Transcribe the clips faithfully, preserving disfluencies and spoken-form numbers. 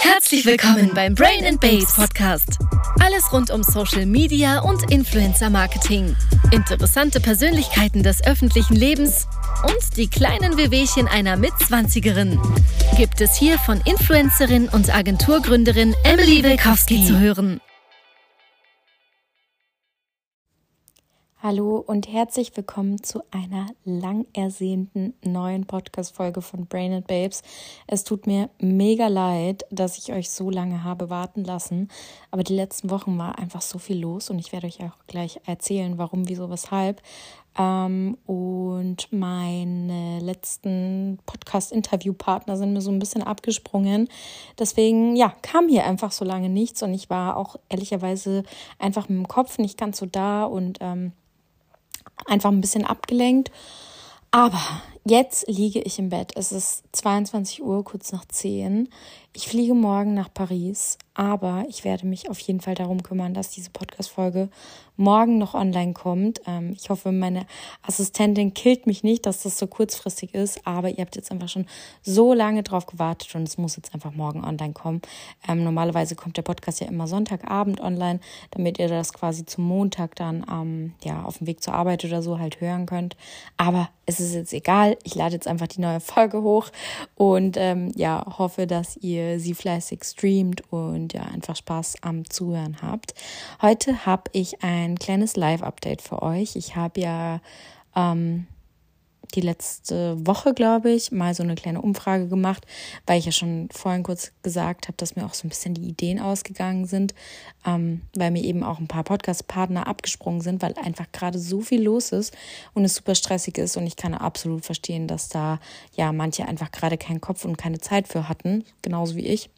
Herzlich willkommen beim Brain and Babes Podcast. Alles rund um Social Media und Influencer Marketing. Interessante Persönlichkeiten des öffentlichen Lebens und die kleinen Wehwehchen einer Mitzwanzigerin gibt es hier von Influencerin und Agenturgründerin Emily Wilkowski zu hören. Hallo und herzlich willkommen zu einer lang ersehnten neuen Podcast-Folge von Brain and Babes. Es tut mir mega leid, dass ich euch so lange habe warten lassen, aber die letzten Wochen war einfach so viel los und ich werde euch auch gleich erzählen, warum, wieso, weshalb. Ähm, und meine letzten Podcast-Interview-Partner sind mir so ein bisschen abgesprungen. Deswegen, ja, kam hier einfach so lange nichts und ich war auch ehrlicherweise einfach mit dem Kopf nicht ganz so da und ähm, einfach ein bisschen abgelenkt. Aber jetzt liege ich im Bett. Es ist zweiundzwanzig Uhr, kurz nach zehn. Ich fliege morgen nach Paris, aber ich werde mich auf jeden Fall darum kümmern, dass diese Podcast-Folge morgen noch online kommt. Ähm, ich hoffe, meine Assistentin killt mich nicht, dass das so kurzfristig ist, aber ihr habt jetzt einfach schon so lange drauf gewartet und es muss jetzt einfach morgen online kommen. Ähm, normalerweise kommt der Podcast ja immer Sonntagabend online, damit ihr das quasi zum Montag dann ähm, ja, auf dem Weg zur Arbeit oder so halt hören könnt. Aber es ist jetzt egal, ich lade jetzt einfach die neue Folge hoch und ähm, ja, hoffe, dass ihr sie fleißig streamt und ja, einfach Spaß am Zuhören habt. Heute habe ich ein kleines Live-Update für euch. Ich habe ja ähm, die letzte Woche, glaube ich, mal so eine kleine Umfrage gemacht, weil ich ja schon vorhin kurz gesagt habe, dass mir auch so ein bisschen die Ideen ausgegangen sind, ähm, weil mir eben auch ein paar Podcast-Partner abgesprungen sind, weil einfach gerade so viel los ist und es super stressig ist und ich kann absolut verstehen, dass da ja manche einfach gerade keinen Kopf und keine Zeit für hatten, genauso wie ich.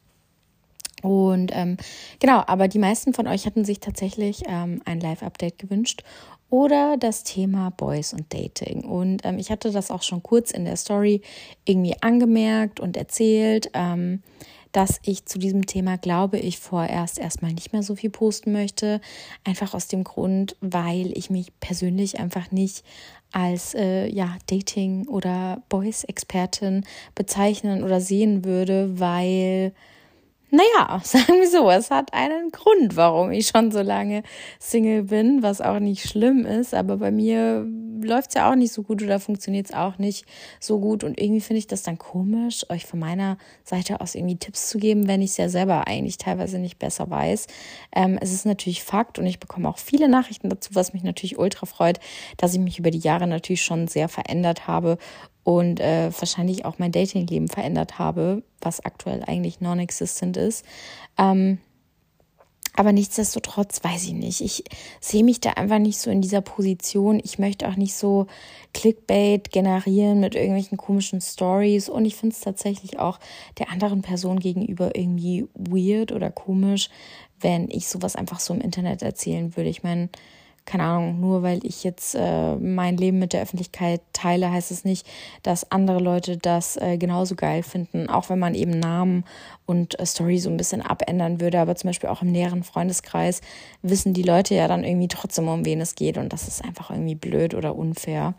Und ähm, genau, aber die meisten von euch hatten sich tatsächlich ähm, ein Live-Update gewünscht oder das Thema Boys und Dating. Und ähm, ich hatte das auch schon kurz in der Story irgendwie angemerkt und erzählt, ähm, dass ich zu diesem Thema, glaube ich, vorerst erstmal nicht mehr so viel posten möchte. Einfach aus dem Grund, weil ich mich persönlich einfach nicht als äh, ja, Dating- oder Boys-Expertin bezeichnen oder sehen würde, weil... Naja, sagen wir so, es hat einen Grund, warum ich schon so lange Single bin, was auch nicht schlimm ist, aber bei mir läuft es ja auch nicht so gut oder funktioniert es auch nicht so gut und irgendwie finde ich das dann komisch, euch von meiner Seite aus irgendwie Tipps zu geben, wenn ich es ja selber eigentlich teilweise nicht besser weiß. Ähm, es ist natürlich Fakt und ich bekomme auch viele Nachrichten dazu, was mich natürlich ultra freut, dass ich mich über die Jahre natürlich schon sehr verändert habe und äh, wahrscheinlich auch mein Datingleben verändert habe, was aktuell eigentlich non-existent ist. Ähm, aber nichtsdestotrotz weiß ich nicht. Ich sehe mich da einfach nicht so in dieser Position. Ich möchte auch nicht so Clickbait generieren mit irgendwelchen komischen Stories. Und ich finde es tatsächlich auch der anderen Person gegenüber irgendwie weird oder komisch, wenn ich sowas einfach so im Internet erzählen würde. Ich meine, keine Ahnung, nur weil ich jetzt äh, mein Leben mit der Öffentlichkeit teile, heißt es nicht, dass andere Leute das äh, genauso geil finden, auch wenn man eben Namen und äh, Story so ein bisschen abändern würde, aber zum Beispiel auch im näheren Freundeskreis wissen die Leute ja dann irgendwie trotzdem, um wen es geht und das ist einfach irgendwie blöd oder unfair.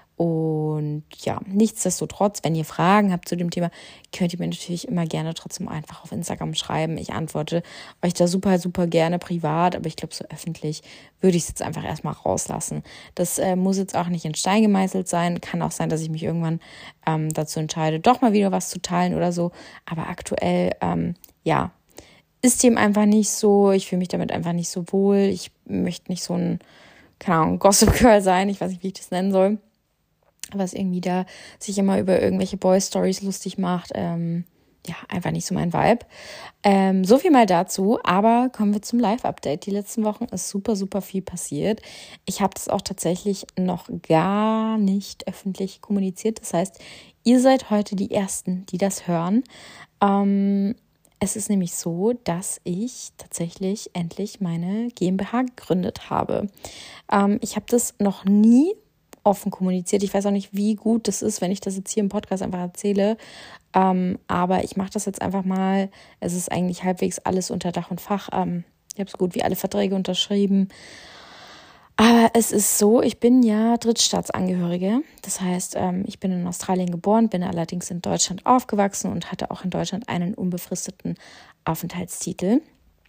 Und ja, nichtsdestotrotz, wenn ihr Fragen habt zu dem Thema, könnt ihr mir natürlich immer gerne trotzdem einfach auf Instagram schreiben. Ich antworte euch da super, super gerne privat, aber ich glaube, so öffentlich würde ich es jetzt einfach erstmal rauslassen. Das äh, muss jetzt auch nicht in Stein gemeißelt sein. Kann auch sein, dass ich mich irgendwann ähm, dazu entscheide, doch mal wieder was zu teilen oder so. Aber aktuell, ähm, ja, ist dem einfach nicht so. Ich fühle mich damit einfach nicht so wohl. Ich möchte nicht so ein, keine Ahnung, Gossip Girl sein. Ich weiß nicht, wie ich das nennen soll. Was irgendwie da sich immer über irgendwelche Boy-Stories lustig macht. Ähm, ja, einfach nicht so mein Vibe. Ähm, so viel mal dazu, aber kommen wir zum Live-Update. Die letzten Wochen ist super, super viel passiert. Ich habe das auch tatsächlich noch gar nicht öffentlich kommuniziert. Das heißt, ihr seid heute die Ersten, die das hören. Ähm, es ist nämlich so, dass ich tatsächlich endlich meine GmbH gegründet habe. Ähm, ich habe das noch nie offen kommuniziert. Ich weiß auch nicht, wie gut das ist, wenn ich das jetzt hier im Podcast einfach erzähle. Ähm, aber ich mache das jetzt einfach mal. Es ist eigentlich halbwegs alles unter Dach und Fach. Ähm, ich habe so gut wie alle Verträge unterschrieben. Aber es ist so, ich bin ja Drittstaatsangehörige. Das heißt, ähm, ich bin in Australien geboren, bin allerdings in Deutschland aufgewachsen und hatte auch in Deutschland einen unbefristeten Aufenthaltstitel.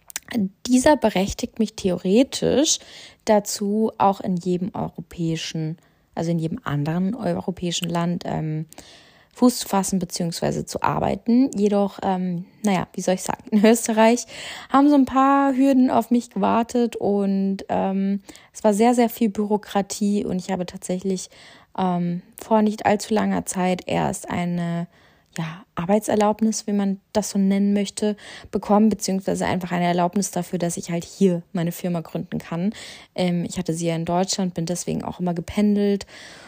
Dieser berechtigt mich theoretisch dazu, auch in jedem europäischen, also in jedem anderen europäischen Land ähm, Fuß zu fassen bzw. zu arbeiten. Jedoch, ähm, naja, wie soll ich sagen, in Österreich haben so ein paar Hürden auf mich gewartet und ähm, es war sehr, sehr viel Bürokratie und ich habe tatsächlich ähm, vor nicht allzu langer Zeit erst eine ja, Arbeitserlaubnis, wie man das so nennen möchte, bekommen, beziehungsweise einfach eine Erlaubnis dafür, dass ich halt hier meine Firma gründen kann. Ähm, ich hatte sie ja in Deutschland, bin deswegen auch immer gependelt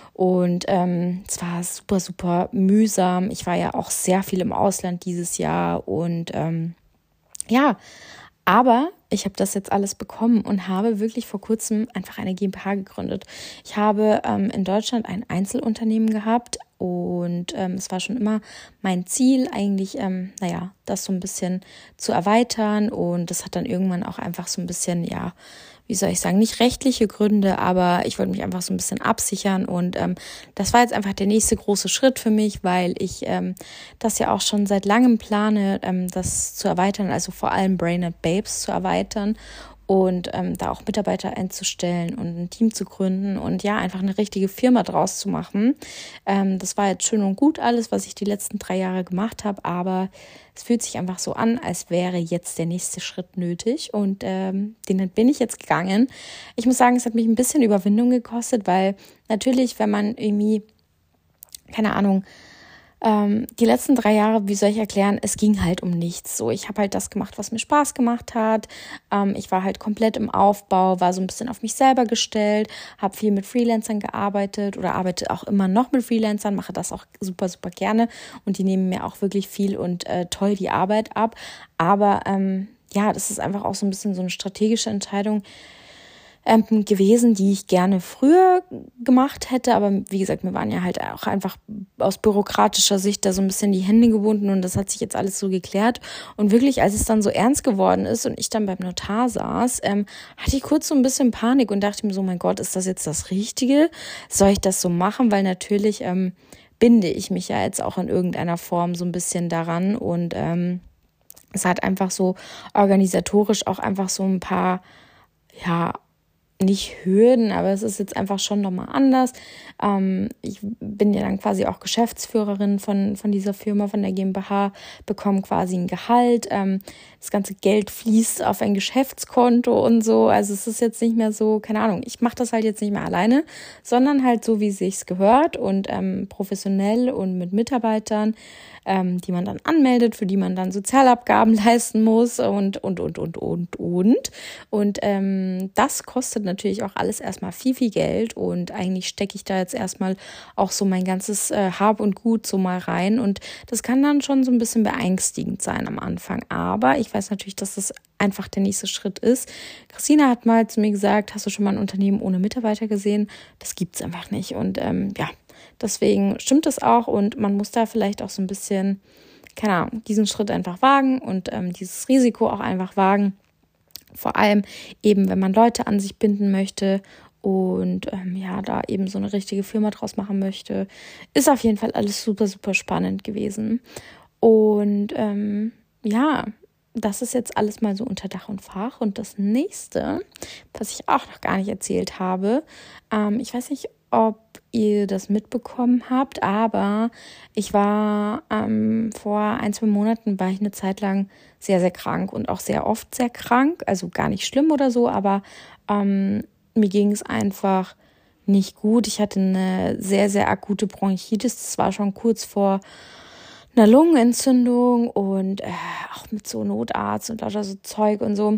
und ähm, es war super, super mühsam. Ich war ja auch sehr viel im Ausland dieses Jahr und ähm, ja, aber ich habe das jetzt alles bekommen und habe wirklich vor kurzem einfach eine GmbH gegründet. Ich habe ähm, in Deutschland ein Einzelunternehmen gehabt und ähm, es war schon immer mein Ziel, eigentlich, ähm, naja, das so ein bisschen zu erweitern und das hat dann irgendwann auch einfach so ein bisschen, ja, wie soll ich sagen, nicht rechtliche Gründe, aber ich wollte mich einfach so ein bisschen absichern und ähm, das war jetzt einfach der nächste große Schritt für mich, weil ich ähm, das ja auch schon seit langem plane, ähm, das zu erweitern, also vor allem Brain and Babes zu erweitern und ähm, da auch Mitarbeiter einzustellen und ein Team zu gründen und ja, einfach eine richtige Firma draus zu machen. Ähm, das war jetzt schön und gut alles, was ich die letzten drei Jahre gemacht habe, aber es fühlt sich einfach so an, als wäre jetzt der nächste Schritt nötig und ähm, den bin ich jetzt gegangen. Ich muss sagen, es hat mich ein bisschen Überwindung gekostet, weil natürlich, wenn man irgendwie, keine Ahnung, ähm, die letzten drei Jahre, wie soll ich erklären, es ging halt um nichts. So, ich habe halt das gemacht, was mir Spaß gemacht hat. Ähm, ich war halt komplett im Aufbau, war so ein bisschen auf mich selber gestellt, habe viel mit Freelancern gearbeitet oder arbeite auch immer noch mit Freelancern, mache das auch super, super gerne und die nehmen mir auch wirklich viel und äh, toll die Arbeit ab. Aber ähm, ja, das ist einfach auch so ein bisschen so eine strategische Entscheidung Ähm, gewesen, die ich gerne früher gemacht hätte, aber wie gesagt, mir waren ja halt auch einfach aus bürokratischer Sicht da so ein bisschen die Hände gebunden und das hat sich jetzt alles so geklärt und wirklich, als es dann so ernst geworden ist und ich dann beim Notar saß, ähm, hatte ich kurz so ein bisschen Panik und dachte mir so, mein Gott, ist das jetzt das Richtige? Soll ich das so machen? Weil natürlich ähm, binde ich mich ja jetzt auch in irgendeiner Form so ein bisschen daran und ähm, es hat einfach so organisatorisch auch einfach so ein paar, ja, nicht Hürden, aber es ist jetzt einfach schon nochmal anders. Ähm, ich bin ja dann quasi auch Geschäftsführerin von, von dieser Firma, von der GmbH, bekomme quasi ein Gehalt. Ähm, das ganze Geld fließt auf ein Geschäftskonto und so. Also es ist jetzt nicht mehr so, keine Ahnung, ich mache das halt jetzt nicht mehr alleine, sondern halt so, wie es sich gehört und ähm, professionell und mit Mitarbeitern, ähm, die man dann anmeldet, für die man dann Sozialabgaben leisten muss und, und, und, und, und, und. Und ähm, das kostet natürlich auch alles erstmal viel, viel Geld und eigentlich stecke ich da jetzt erstmal auch so mein ganzes äh, Hab und Gut so mal rein und das kann dann schon so ein bisschen beängstigend sein am Anfang, aber ich weiß natürlich, dass das einfach der nächste Schritt ist. Christina hat mal zu mir gesagt, hast du schon mal ein Unternehmen ohne Mitarbeiter gesehen? Das gibt's einfach nicht und ähm, ja, deswegen stimmt das auch und man muss da vielleicht auch so ein bisschen, keine Ahnung, diesen Schritt einfach wagen und ähm, dieses Risiko auch einfach wagen. Vor allem eben, wenn man Leute an sich binden möchte und ähm, ja, da eben so eine richtige Firma draus machen möchte, ist auf jeden Fall alles super, super spannend gewesen. Und ähm, ja, das ist jetzt alles mal so unter Dach und Fach. Und das nächste, was ich auch noch gar nicht erzählt habe, ähm, ich weiß nicht, ob ihr das mitbekommen habt, aber ich war ähm, vor ein, zwei Monaten, war ich eine Zeit lang sehr, sehr krank und auch sehr oft sehr krank, also gar nicht schlimm oder so, aber ähm, mir ging es einfach nicht gut. Ich hatte eine sehr, sehr akute Bronchitis, das war schon kurz vor einer Lungenentzündung und äh, auch mit so Notarzt und lauter so Zeug und so.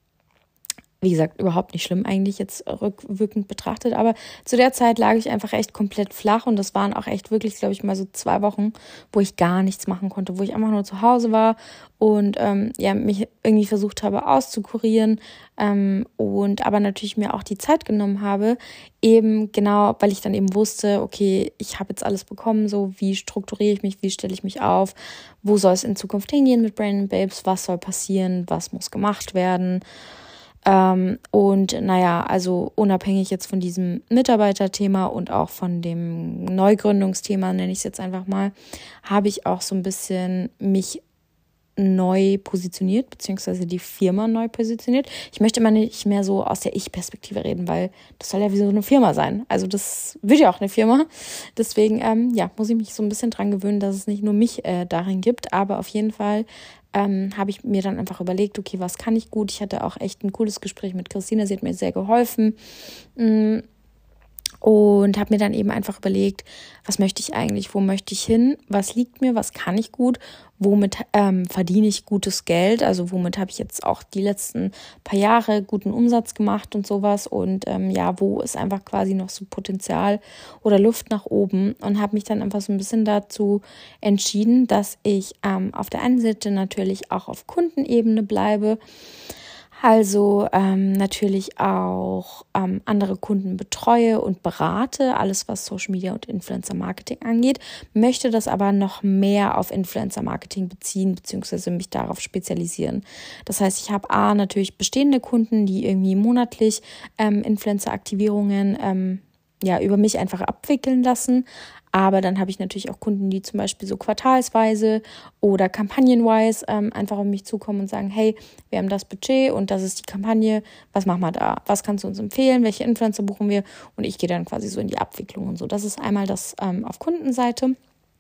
Wie gesagt, überhaupt nicht schlimm eigentlich jetzt rückwirkend betrachtet, aber zu der Zeit lag ich einfach echt komplett flach und das waren auch echt wirklich, glaube ich, mal so zwei Wochen, wo ich gar nichts machen konnte, wo ich einfach nur zu Hause war und ähm, ja mich irgendwie versucht habe auszukurieren ähm, und aber natürlich mir auch die Zeit genommen habe, eben genau, weil ich dann eben wusste, okay, ich habe jetzt alles bekommen, so wie strukturiere ich mich, wie stelle ich mich auf, wo soll es in Zukunft hingehen mit Brain and Babes, was soll passieren, was muss gemacht werden. Ähm, und naja, also unabhängig jetzt von diesem Mitarbeiterthema und auch von dem Neugründungsthema, nenne ich es jetzt einfach mal, habe ich auch so ein bisschen mich neu positioniert, beziehungsweise die Firma neu positioniert. Ich möchte immer nicht mehr so aus der Ich-Perspektive reden, weil das soll ja wie so eine Firma sein. Also das wird ja auch eine Firma. Deswegen, ähm, ja, muss ich mich so ein bisschen dran gewöhnen, dass es nicht nur mich äh, darin gibt. Aber auf jeden Fall ähm, habe ich mir dann einfach überlegt, okay, was kann ich gut? Ich hatte auch echt ein cooles Gespräch mit Christina. Sie hat mir sehr geholfen. Mm. Und habe mir dann eben einfach überlegt, was möchte ich eigentlich, wo möchte ich hin, was liegt mir, was kann ich gut, womit ähm, verdiene ich gutes Geld, also womit habe ich jetzt auch die letzten paar Jahre guten Umsatz gemacht und sowas und ähm, ja, wo ist einfach quasi noch so Potenzial oder Luft nach oben und habe mich dann einfach so ein bisschen dazu entschieden, dass ich ähm, auf der einen Seite natürlich auch auf Kundenebene bleibe, Also ähm, natürlich auch ähm, andere Kunden betreue und berate, alles was Social Media und Influencer Marketing angeht, möchte das aber noch mehr auf Influencer Marketing beziehen, beziehungsweise mich darauf spezialisieren. Das heißt, ich habe A, natürlich bestehende Kunden, die irgendwie monatlich ähm, Influencer-Aktivierungen ähm, ja, über mich einfach abwickeln lassen. Aber dann habe ich natürlich auch Kunden, die zum Beispiel so quartalsweise oder kampagnenweise ähm, einfach auf mich zukommen und sagen, hey, wir haben das Budget und das ist die Kampagne, was machen wir da? Was kannst du uns empfehlen? Welche Influencer buchen wir? Und ich gehe dann quasi so in die Abwicklung und so. Das ist einmal das ähm, auf Kundenseite.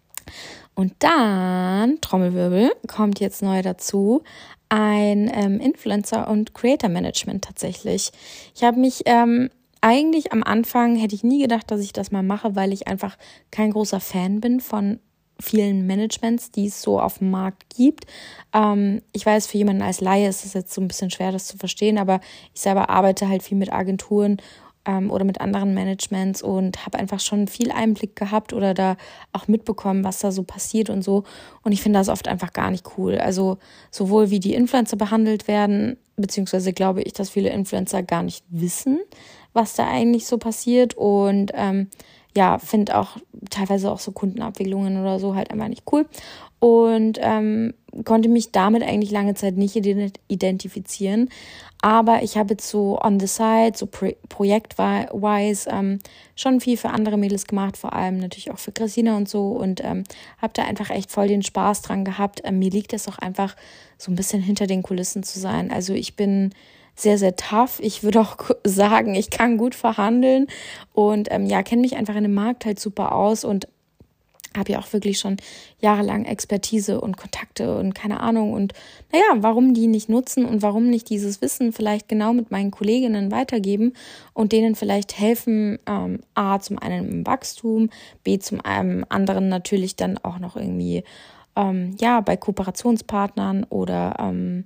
Und dann, Trommelwirbel, kommt jetzt neu dazu, ein ähm, Influencer- und Creator-Management tatsächlich. Ich habe mich... Ähm, Eigentlich am Anfang hätte ich nie gedacht, dass ich das mal mache, weil ich einfach kein großer Fan bin von vielen Managements, die es so auf dem Markt gibt. Ähm, ich weiß, für jemanden als Laie ist es jetzt so ein bisschen schwer, das zu verstehen, aber ich selber arbeite halt viel mit Agenturen ähm, oder mit anderen Managements und habe einfach schon viel Einblick gehabt oder da auch mitbekommen, was da so passiert und so. Und ich finde das oft einfach gar nicht cool. Also sowohl wie die Influencer behandelt werden, beziehungsweise glaube ich, dass viele Influencer gar nicht wissen, was da eigentlich so passiert und ähm, ja, finde auch teilweise auch so Kundenabwicklungen oder so halt einfach nicht cool und ähm, konnte mich damit eigentlich lange Zeit nicht identifizieren, aber ich habe jetzt so on the side, so pro- projektwise ähm, schon viel für andere Mädels gemacht, vor allem natürlich auch für Christina und so und ähm, habe da einfach echt voll den Spaß dran gehabt. Ähm, mir liegt es auch einfach so ein bisschen hinter den Kulissen zu sein, also ich bin sehr, sehr tough. Ich würde auch sagen, ich kann gut verhandeln und ähm, ja, kenne mich einfach in dem Markt halt super aus und habe ja auch wirklich schon jahrelang Expertise und Kontakte und keine Ahnung und naja, warum die nicht nutzen und warum nicht dieses Wissen vielleicht genau mit meinen Kolleginnen weitergeben und denen vielleicht helfen, ähm, A, zum einen im Wachstum, B, zum ähm, anderen natürlich dann auch noch irgendwie ähm, ja, bei Kooperationspartnern oder ähm,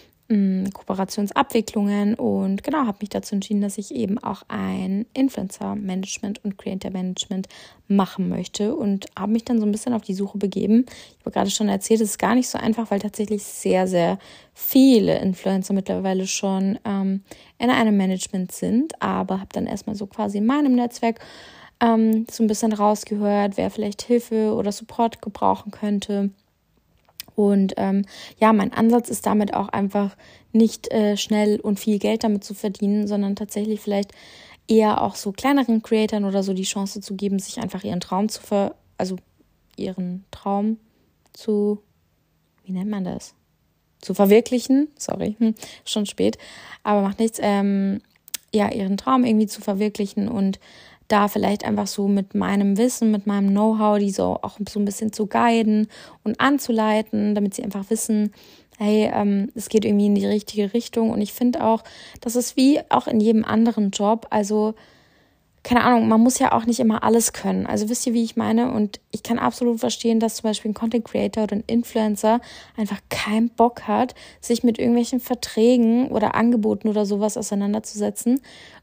Kooperationsabwicklungen und genau, habe mich dazu entschieden, dass ich eben auch ein Influencer-Management und Creator-Management machen möchte und habe mich dann so ein bisschen auf die Suche begeben. Ich habe gerade schon erzählt, es ist gar nicht so einfach, weil tatsächlich sehr, sehr viele Influencer mittlerweile schon ähm, in einem Management sind, aber habe dann erstmal so quasi in meinem Netzwerk ähm, so ein bisschen rausgehört, wer vielleicht Hilfe oder Support gebrauchen könnte. Und ähm, ja, mein Ansatz ist damit auch einfach nicht äh, schnell und viel Geld damit zu verdienen, sondern tatsächlich vielleicht eher auch so kleineren Creatoren oder so die Chance zu geben, sich einfach ihren Traum zu ver... also ihren Traum zu... wie nennt man das? Zu verwirklichen. Sorry, hm, schon spät. Aber macht nichts. Ähm, ja, ihren Traum irgendwie zu verwirklichen und da vielleicht einfach so mit meinem Wissen, mit meinem Know-how, die so auch so ein bisschen zu guiden und anzuleiten, damit sie einfach wissen, hey, ähm, es geht irgendwie in die richtige Richtung. Und ich finde auch, das ist wie auch in jedem anderen Job, also keine Ahnung, man muss ja auch nicht immer alles können. Also wisst ihr, wie ich meine? Und ich kann absolut verstehen, dass zum Beispiel ein Content Creator oder ein Influencer einfach keinen Bock hat, sich mit irgendwelchen Verträgen oder Angeboten oder sowas auseinanderzusetzen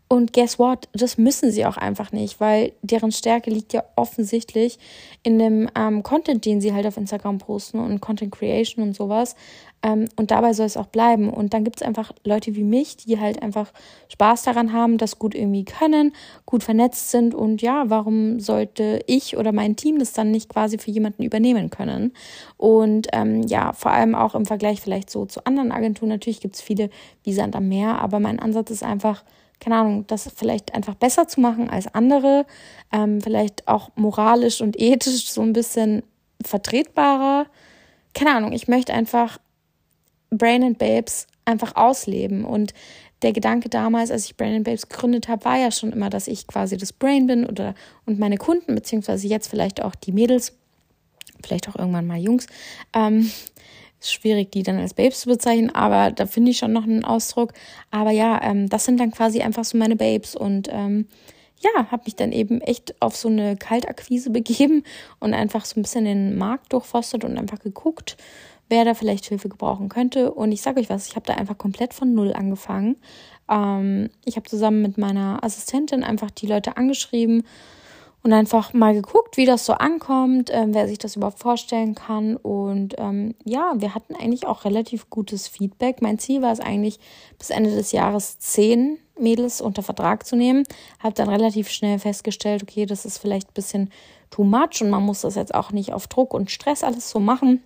Und guess what? Das müssen sie auch einfach nicht, weil deren Stärke liegt ja offensichtlich in dem ähm, Content, den sie halt auf Instagram posten und Content Creation und sowas. Ähm, und dabei soll es auch bleiben. Und dann gibt es einfach Leute wie mich, die halt einfach Spaß daran haben, das gut irgendwie können, gut vernetzt sind. Und ja, warum sollte ich oder mein Team das dann nicht quasi für jemanden übernehmen können? Und ähm, ja, vor allem auch im Vergleich vielleicht so zu anderen Agenturen. Natürlich gibt es viele wie Sand am Meer, aber mein Ansatz ist einfach, keine Ahnung, das vielleicht einfach besser zu machen als andere, ähm, vielleicht auch moralisch und ethisch so ein bisschen vertretbarer. Keine Ahnung, ich möchte einfach Brain and Babes einfach ausleben. Und der Gedanke damals, als ich Brain and Babes gegründet habe, war ja schon immer, dass ich quasi das Brain bin oder und meine Kunden, beziehungsweise jetzt vielleicht auch die Mädels, vielleicht auch irgendwann mal Jungs, ähm, ist schwierig, die dann als Babes zu bezeichnen, aber da finde ich schon noch einen Ausdruck. Aber ja, ähm, das sind dann quasi einfach so meine Babes und ähm, ja, habe mich dann eben echt auf so eine Kaltakquise begeben und einfach so ein bisschen den Markt durchforstet und einfach geguckt, wer da vielleicht Hilfe gebrauchen könnte. Und ich sage euch was, ich habe da einfach komplett von Null angefangen. Ähm, ich habe zusammen mit meiner Assistentin einfach die Leute angeschrieben und einfach mal geguckt, wie das so ankommt, äh, wer sich das überhaupt vorstellen kann. Und ähm, ja, wir hatten eigentlich auch relativ gutes Feedback. Mein Ziel war es eigentlich, bis Ende des Jahres zehn Mädels unter Vertrag zu nehmen. Habe dann relativ schnell festgestellt, okay, das ist vielleicht ein bisschen too much und man muss das jetzt auch nicht auf Druck und Stress alles so machen.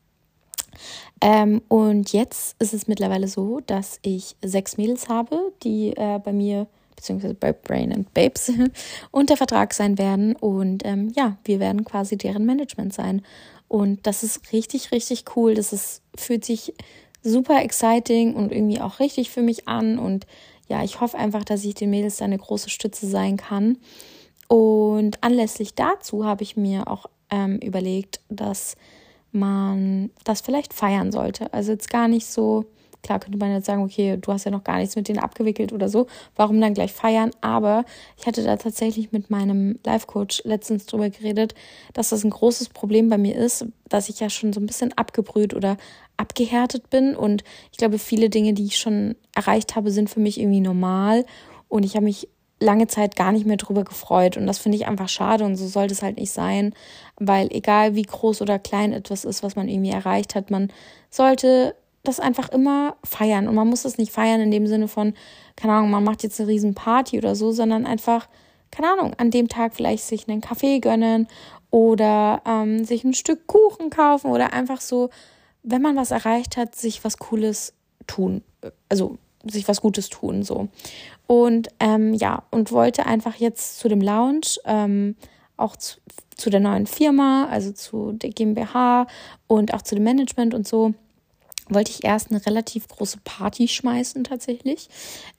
Ähm, und jetzt ist es mittlerweile so, dass ich sechs Mädels habe, die äh, bei mir beziehungsweise bei Brain and Babes unter Vertrag sein werden. Und ähm, ja, wir werden quasi deren Management sein. Und das ist richtig, richtig cool. Das ist, fühlt sich super exciting und irgendwie auch richtig für mich an. Und ja, ich hoffe einfach, dass ich den Mädels da eine große Stütze sein kann. Und anlässlich dazu habe ich mir auch ähm, überlegt, dass man das vielleicht feiern sollte. Also jetzt gar nicht so, klar könnte man jetzt sagen, okay, du hast ja noch gar nichts mit denen abgewickelt oder so, warum dann gleich feiern? Aber ich hatte da tatsächlich mit meinem Life-Coach letztens drüber geredet, dass das ein großes Problem bei mir ist, dass ich ja schon so ein bisschen abgebrüht oder abgehärtet bin und ich glaube, viele Dinge, die ich schon erreicht habe, sind für mich irgendwie normal und ich habe mich lange Zeit gar nicht mehr drüber gefreut und das finde ich einfach schade und so sollte es halt nicht sein, weil egal wie groß oder klein etwas ist, was man irgendwie erreicht hat, man sollte das einfach immer feiern und man muss das nicht feiern in dem Sinne von, keine Ahnung, man macht jetzt eine riesen Party oder so, sondern einfach, keine Ahnung, an dem Tag vielleicht sich einen Kaffee gönnen oder ähm, sich ein Stück Kuchen kaufen oder einfach so, wenn man was erreicht hat, sich was Cooles tun, also sich was Gutes tun, so. Und ähm, ja, und wollte einfach jetzt zu dem Launch, ähm, auch zu, zu der neuen Firma, also zu der GmbH und auch zu dem Management und so, wollte ich erst eine relativ große Party schmeißen tatsächlich.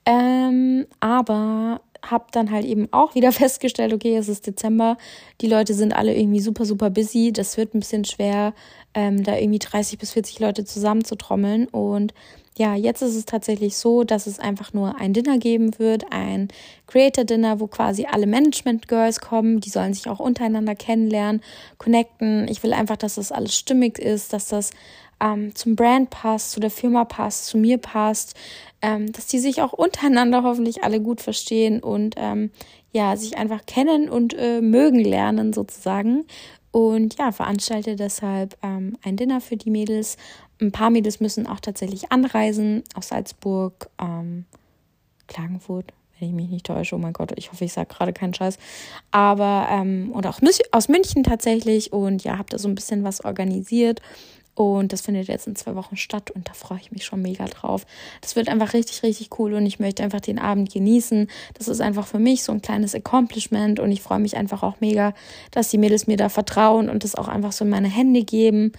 Ähm, aber habe dann halt eben auch wieder festgestellt, okay, es ist Dezember, die Leute sind alle irgendwie super, super busy. Das wird ein bisschen schwer, ähm, da irgendwie dreißig bis vierzig Leute zusammenzutrommeln. Und ja, jetzt ist es tatsächlich so, dass es einfach nur ein Dinner geben wird, ein Creator-Dinner, wo quasi alle Management-Girls kommen. Die sollen sich auch untereinander kennenlernen, connecten. Ich will einfach, dass das alles stimmig ist, dass das ähm, zum Brand passt, zu der Firma passt, zu mir passt, ähm, dass die sich auch untereinander hoffentlich alle gut verstehen und ähm, ja, sich einfach kennen und äh, mögen lernen sozusagen. Und ja, veranstalte deshalb ähm, ein Dinner für die Mädels. Ein paar Mädels müssen auch tatsächlich anreisen aus Salzburg, ähm, Klagenfurt, wenn ich mich nicht täusche. Oh mein Gott, ich hoffe, ich sage gerade keinen Scheiß. Aber, ähm, und auch aus München tatsächlich. Und ja, habe da so ein bisschen was organisiert. Und das findet jetzt in zwei Wochen statt und da freue ich mich schon mega drauf. Das wird einfach richtig, richtig cool und ich möchte einfach den Abend genießen. Das ist einfach für mich so ein kleines Accomplishment und ich freue mich einfach auch mega, dass die Mädels mir da vertrauen und das auch einfach so in meine Hände geben.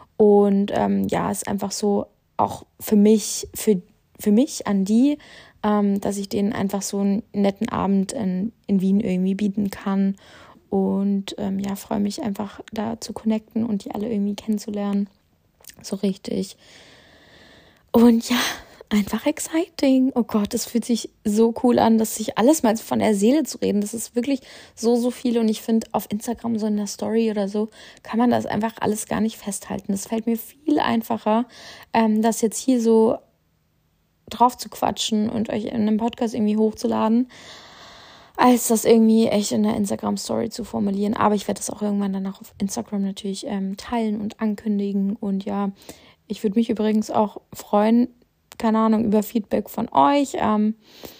Und ähm, ja, ist einfach so auch für mich, für, für mich an die, ähm, dass ich denen einfach so einen netten Abend in, in Wien irgendwie bieten kann. Und ähm, ja, freue mich einfach da zu connecten und die alle irgendwie kennenzulernen. So richtig. Und ja, einfach exciting. Oh Gott, das fühlt sich so cool an, dass sich alles mal von der Seele zu reden. Das ist wirklich so, so viel. Und ich finde, auf Instagram so in der Story oder so kann man das einfach alles gar nicht festhalten. Das fällt mir viel einfacher, ähm, das jetzt hier so drauf zu quatschen und euch in einem Podcast irgendwie hochzuladen, als das irgendwie echt in der Instagram-Story zu formulieren. Aber ich werde das auch irgendwann danach auf Instagram natürlich ähm, teilen und ankündigen. Und ja, ich würde mich übrigens auch freuen, keine Ahnung, über Feedback von euch. Ähm,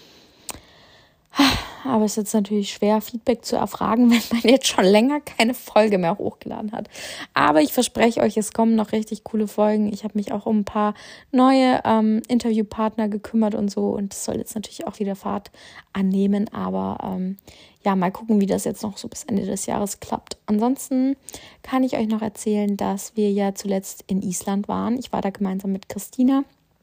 aber es ist jetzt natürlich schwer, Feedback zu erfragen, wenn man jetzt schon länger keine Folge mehr hochgeladen hat. Aber ich verspreche euch, es kommen noch richtig coole Folgen. Ich habe mich auch um ein paar neue ähm, Interviewpartner gekümmert und so. Und das soll jetzt natürlich auch wieder Fahrt annehmen. Aber ähm, ja, mal gucken, wie das jetzt noch so bis Ende des Jahres klappt. Ansonsten kann ich euch noch erzählen, dass wir ja zuletzt in Island waren. Ich war da gemeinsam mit Christina.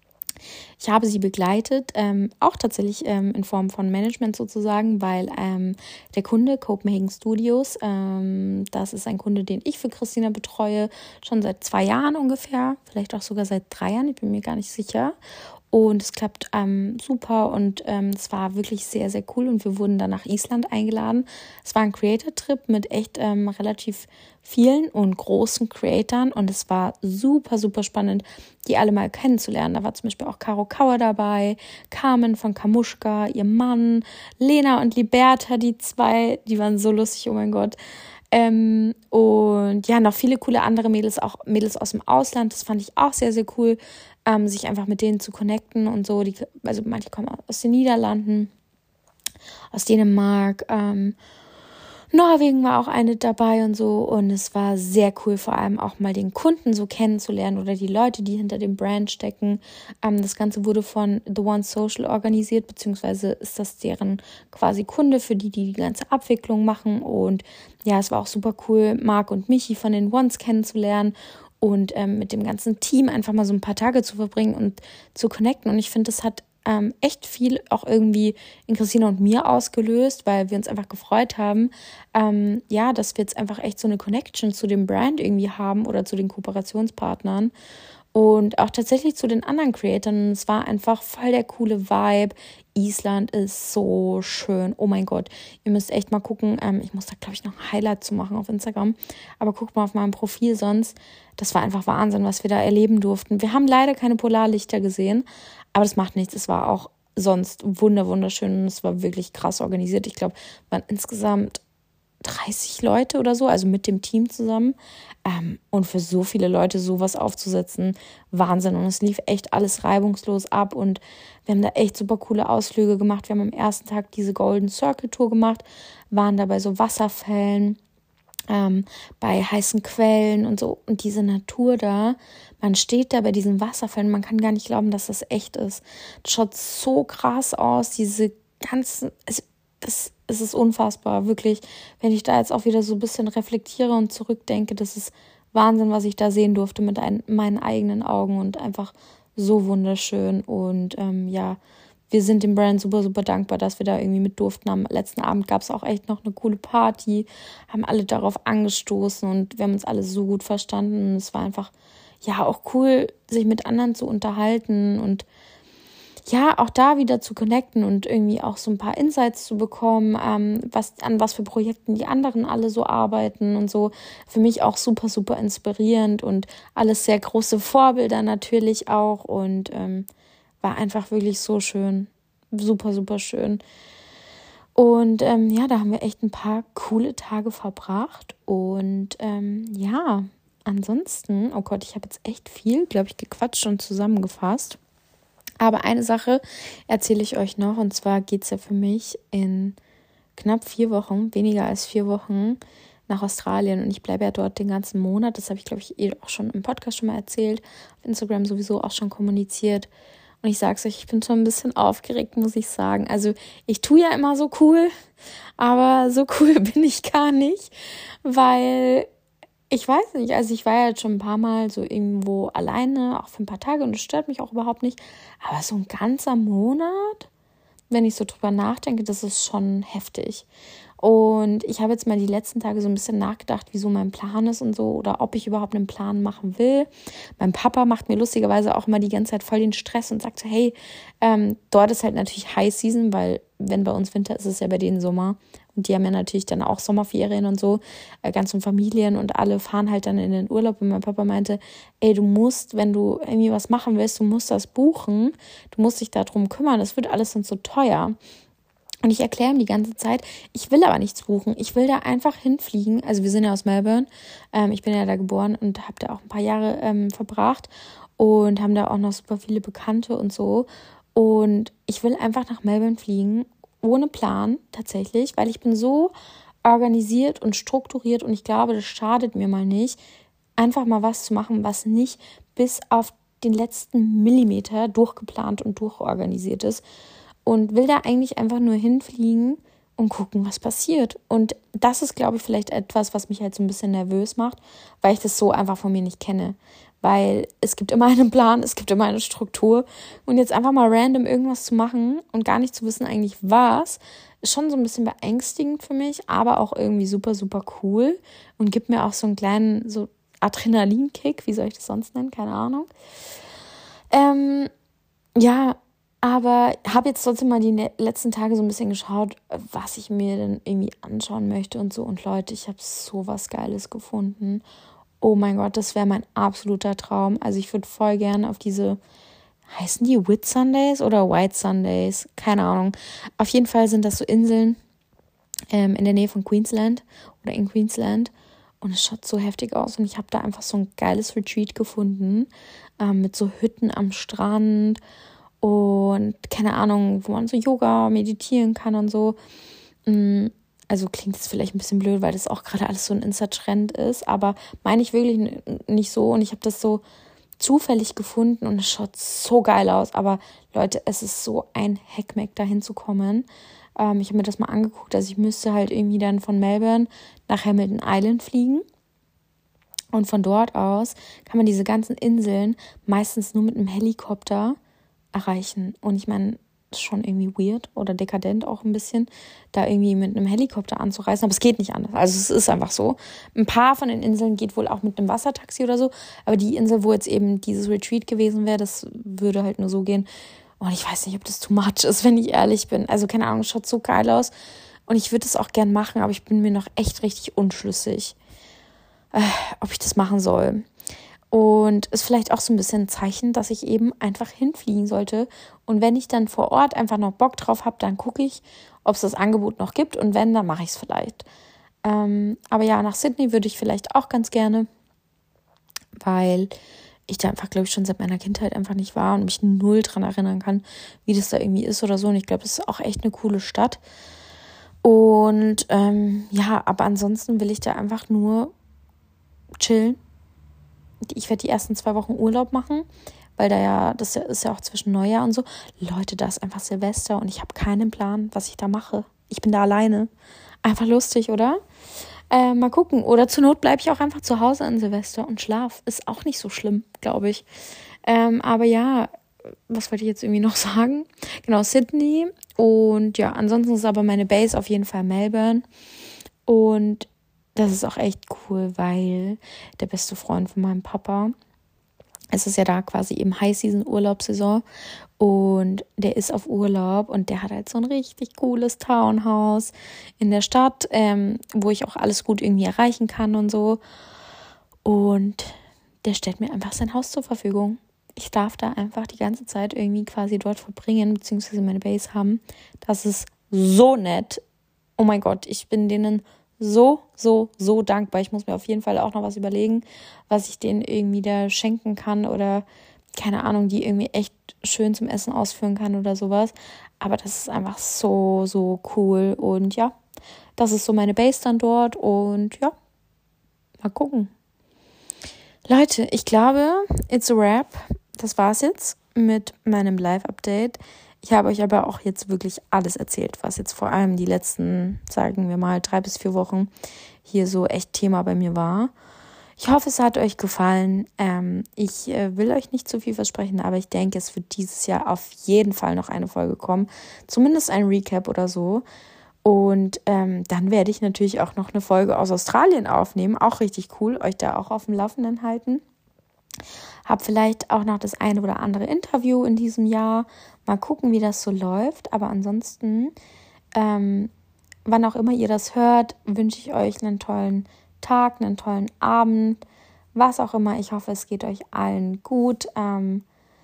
Ich habe sie begleitet, ähm, auch tatsächlich ähm, in Form von Management sozusagen, weil ähm, der Kunde Copenhagen Studios, ähm, das ist ein Kunde, den ich für Christina betreue, schon seit zwei Jahren ungefähr, vielleicht auch sogar seit drei Jahren, ich bin mir gar nicht sicher. Und es klappt ähm, super und ähm, es war wirklich sehr, sehr cool und wir wurden dann nach Island eingeladen. Es war ein Creator-Trip mit echt ähm, relativ vielen und großen Creatoren und es war super, super spannend, die alle mal kennenzulernen. Da war zum Beispiel auch Caro Kauer dabei, Carmen von Kamuschka, ihr Mann, Lena und Liberta, die zwei, die waren so lustig, oh mein Gott. Ähm, und ja, noch viele coole andere Mädels, auch Mädels aus dem Ausland, das fand ich auch sehr, sehr cool, ähm, sich einfach mit denen zu connecten und so. Die, also manche kommen aus den Niederlanden, aus Dänemark, ähm, Norwegen war auch eine dabei und so und es war sehr cool, vor allem auch mal den Kunden so kennenzulernen oder die Leute, die hinter dem Brand stecken. Ähm, das Ganze wurde von The One Social organisiert, beziehungsweise ist das deren quasi Kunde, für die die die ganze Abwicklung machen und ja, es war auch super cool, Marc und Michi von den Ones kennenzulernen und ähm, mit dem ganzen Team einfach mal so ein paar Tage zu verbringen und zu connecten und ich finde, das hat Ähm, echt viel auch irgendwie in Christina und mir ausgelöst, weil wir uns einfach gefreut haben, ähm, ja, dass wir jetzt einfach echt so eine Connection zu dem Brand irgendwie haben oder zu den Kooperationspartnern und auch tatsächlich zu den anderen Creatoren. Es war einfach voll der coole Vibe. Island ist so schön. Oh mein Gott, ihr müsst echt mal gucken. Ähm, ich muss da, glaube ich, noch ein Highlight zu machen auf Instagram. Aber guckt mal auf meinem Profil sonst. Das war einfach Wahnsinn, was wir da erleben durften. Wir haben leider keine Polarlichter gesehen, aber das macht nichts. Es war auch sonst wunder wunderschön und es war wirklich krass organisiert. Ich glaube, es waren insgesamt dreißig Leute oder so, also mit dem Team zusammen. Ähm, und für so viele Leute sowas aufzusetzen, Wahnsinn. Und es lief echt alles reibungslos ab und wir haben da echt super coole Ausflüge gemacht. Wir haben am ersten Tag diese Golden Circle Tour gemacht, waren da bei so Wasserfällen, ähm, bei heißen Quellen und so. Und diese Natur da, man steht da bei diesen Wasserfällen, man kann gar nicht glauben, dass das echt ist. Das schaut so krass aus, diese ganzen, es, es, es ist unfassbar, wirklich. Wenn ich da jetzt auch wieder so ein bisschen reflektiere und zurückdenke, das ist Wahnsinn, was ich da sehen durfte mit ein, meinen eigenen Augen und einfach so wunderschön. Und ähm, ja, wir sind dem Brand super, super dankbar, dass wir da irgendwie mit durften. Am letzten Abend gab es auch echt noch eine coole Party, haben alle darauf angestoßen und wir haben uns alle so gut verstanden. Und es war einfach, ja, auch cool, sich mit anderen zu unterhalten und ja, auch da wieder zu connecten und irgendwie auch so ein paar Insights zu bekommen, ähm, was an was für Projekten die anderen alle so arbeiten und so. Für mich auch super, super inspirierend und alles sehr große Vorbilder natürlich auch und ähm, war einfach wirklich so schön, super, super schön. Und ähm, ja, da haben wir echt ein paar coole Tage verbracht und ähm, ja, ansonsten, oh Gott, ich habe jetzt echt viel, glaube ich, gequatscht und zusammengefasst. Aber eine Sache erzähle ich euch noch und zwar geht es ja für mich in knapp vier Wochen, weniger als vier Wochen nach Australien und ich bleibe ja dort den ganzen Monat. Das habe ich, glaube ich, eh auch schon im Podcast schon mal erzählt, auf Instagram sowieso auch schon kommuniziert. Und ich sage es euch, ich bin schon ein bisschen aufgeregt, muss ich sagen. Also ich tue ja immer so cool, aber so cool bin ich gar nicht, weil ich weiß nicht, also ich war ja jetzt schon ein paar Mal so irgendwo alleine, auch für ein paar Tage und das stört mich auch überhaupt nicht. Aber so ein ganzer Monat, wenn ich so drüber nachdenke, das ist schon heftig. Und ich habe jetzt mal die letzten Tage so ein bisschen nachgedacht, wie so mein Plan ist und so oder ob ich überhaupt einen Plan machen will. Mein Papa macht mir lustigerweise auch immer die ganze Zeit voll den Stress und sagt so, hey, ähm, dort ist halt natürlich High Season, weil wenn bei uns Winter ist, ist es ja bei denen Sommer. Und die haben ja natürlich dann auch Sommerferien und so, äh, ganzen Familien und alle fahren halt dann in den Urlaub. Und mein Papa meinte, ey, du musst, wenn du irgendwie was machen willst, du musst das buchen. Du musst dich darum kümmern, das wird alles sonst so teuer. Und ich erkläre ihm die ganze Zeit, ich will aber nichts buchen. Ich will da einfach hinfliegen. Also wir sind ja aus Melbourne. Ähm, ich bin ja da geboren und habe da auch ein paar Jahre ähm, verbracht. Und haben da auch noch super viele Bekannte und so. Und ich will einfach nach Melbourne fliegen. Ohne Plan tatsächlich, weil ich bin so organisiert und strukturiert und ich glaube, das schadet mir mal nicht, einfach mal was zu machen, was nicht bis auf den letzten Millimeter durchgeplant und durchorganisiert ist und will da eigentlich einfach nur hinfliegen und gucken, was passiert. Und das ist, glaube ich, vielleicht etwas, was mich halt so ein bisschen nervös macht, weil ich das so einfach von mir nicht kenne. Weil es gibt immer einen Plan, es gibt immer eine Struktur. Und jetzt einfach mal random irgendwas zu machen und gar nicht zu wissen eigentlich was, ist schon so ein bisschen beängstigend für mich, aber auch irgendwie super, super cool. Und gibt mir auch so einen kleinen so Adrenalinkick, wie soll ich das sonst nennen? Keine Ahnung. Ähm, ja, aber habe jetzt trotzdem mal die letzten Tage so ein bisschen geschaut, was ich mir denn irgendwie anschauen möchte und so. Und Leute, ich habe so was Geiles gefunden. Oh mein Gott, das wäre mein absoluter Traum. Also ich würde voll gerne auf diese, heißen die Whit Sundays oder White Sundays? Keine Ahnung. Auf jeden Fall sind das so Inseln ähm, in der Nähe von Queensland oder in Queensland. Und es schaut so heftig aus. Und ich habe da einfach so ein geiles Retreat gefunden ähm, mit so Hütten am Strand und keine Ahnung, wo man so Yoga, meditieren kann und so. Also klingt jetzt vielleicht ein bisschen blöd, weil das auch gerade alles so ein Insta-Trend ist, aber meine ich wirklich nicht so. Und ich habe das so zufällig gefunden und es schaut so geil aus. Aber Leute, es ist so ein Heckmeck, da hinzukommen. Ähm, ich habe mir das mal angeguckt, also ich müsste halt irgendwie dann von Melbourne nach Hamilton Island fliegen. Und von dort aus kann man diese ganzen Inseln meistens nur mit einem Helikopter erreichen. Und ich meine, das ist schon irgendwie weird oder dekadent auch ein bisschen, da irgendwie mit einem Helikopter anzureisen. Aber es geht nicht anders. Also es ist einfach so. Ein paar von den Inseln geht wohl auch mit einem Wassertaxi oder so. Aber die Insel, wo jetzt eben dieses Retreat gewesen wäre, das würde halt nur so gehen. Und ich weiß nicht, ob das too much ist, wenn ich ehrlich bin. Also keine Ahnung, es schaut so geil aus. Und ich würde es auch gern machen, aber ich bin mir noch echt richtig unschlüssig, äh, ob ich das machen soll. Und ist vielleicht auch so ein bisschen ein Zeichen, dass ich eben einfach hinfliegen sollte. Und wenn ich dann vor Ort einfach noch Bock drauf habe, dann gucke ich, ob es das Angebot noch gibt. Und wenn, dann mache ich es vielleicht. Ähm, aber ja, nach Sydney würde ich vielleicht auch ganz gerne, weil ich da einfach, glaube ich, schon seit meiner Kindheit einfach nicht war und mich null dran erinnern kann, wie das da irgendwie ist oder so. Und ich glaube, das ist auch echt eine coole Stadt. Und ähm, ja, aber ansonsten will ich da einfach nur chillen. Ich werde die ersten zwei Wochen Urlaub machen, weil da ja, das ist ja auch zwischen Neujahr und so. Leute, da ist einfach Silvester und ich habe keinen Plan, was ich da mache. Ich bin da alleine. Einfach lustig, oder? Äh, mal gucken. Oder zur Not bleibe ich auch einfach zu Hause an Silvester und schlaf. Ist auch nicht so schlimm, glaube ich. Ähm, aber ja, was wollte ich jetzt irgendwie noch sagen? Genau, Sydney. Und ja, ansonsten ist aber meine Base auf jeden Fall Melbourne. Und das ist auch echt cool, weil der beste Freund von meinem Papa, es ist ja da quasi eben High-Season-Urlaubssaison und der ist auf Urlaub und der hat halt so ein richtig cooles Townhouse in der Stadt, ähm, wo ich auch alles gut irgendwie erreichen kann und so. Und der stellt mir einfach sein Haus zur Verfügung. Ich darf da einfach die ganze Zeit irgendwie quasi dort verbringen, beziehungsweise meine Base haben. Das ist so nett. Oh mein Gott, ich bin denen so, so, so dankbar. Ich muss mir auf jeden Fall auch noch was überlegen, was ich denen irgendwie da schenken kann oder, keine Ahnung, die irgendwie echt schön zum Essen ausführen kann oder sowas. Aber das ist einfach so, so cool. Und ja, das ist so meine Base dann dort. Und ja, mal gucken. Leute, ich glaube, it's a wrap. Das war's jetzt mit meinem Live-Update. Ich habe euch aber auch jetzt wirklich alles erzählt, was jetzt vor allem die letzten, sagen wir mal, drei bis vier Wochen hier so echt Thema bei mir war. Ich hoffe, es hat euch gefallen. Ähm, ich äh, will euch nicht zu viel versprechen, aber ich denke, es wird dieses Jahr auf jeden Fall noch eine Folge kommen. Zumindest ein Recap oder so. Und ähm, dann werde ich natürlich auch noch eine Folge aus Australien aufnehmen. Auch richtig cool, euch da auch auf dem Laufenden halten. Hab vielleicht auch noch das eine oder andere Interview in diesem Jahr. Mal gucken, wie das so läuft. Aber ansonsten ähm, wann auch immer ihr das hört, wünsche ich euch einen tollen Tag, einen tollen Abend, was auch immer. Ich hoffe, es geht euch allen gut. Ähm,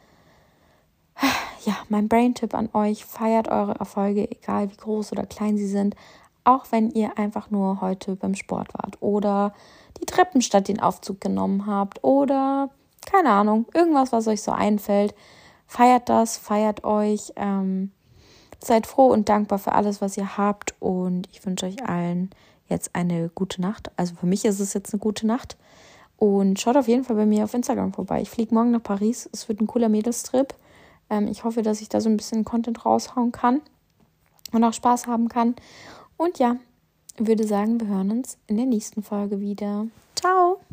ja, mein Brain-Tipp an euch: Feiert eure Erfolge, egal wie groß oder klein sie sind. Auch wenn ihr einfach nur heute beim Sport wart oder die Treppen statt den Aufzug genommen habt oder, keine Ahnung, irgendwas, was euch so einfällt. Feiert das, feiert euch. Ähm, seid froh und dankbar für alles, was ihr habt. Und ich wünsche euch allen jetzt eine gute Nacht. Also für mich ist es jetzt eine gute Nacht. Und schaut auf jeden Fall bei mir auf Instagram vorbei. Ich fliege morgen nach Paris. Es wird ein cooler Mädelstrip. Ähm, ich hoffe, dass ich da so ein bisschen Content raushauen kann und auch Spaß haben kann. Und ja, würde sagen, wir hören uns in der nächsten Folge wieder. Ciao!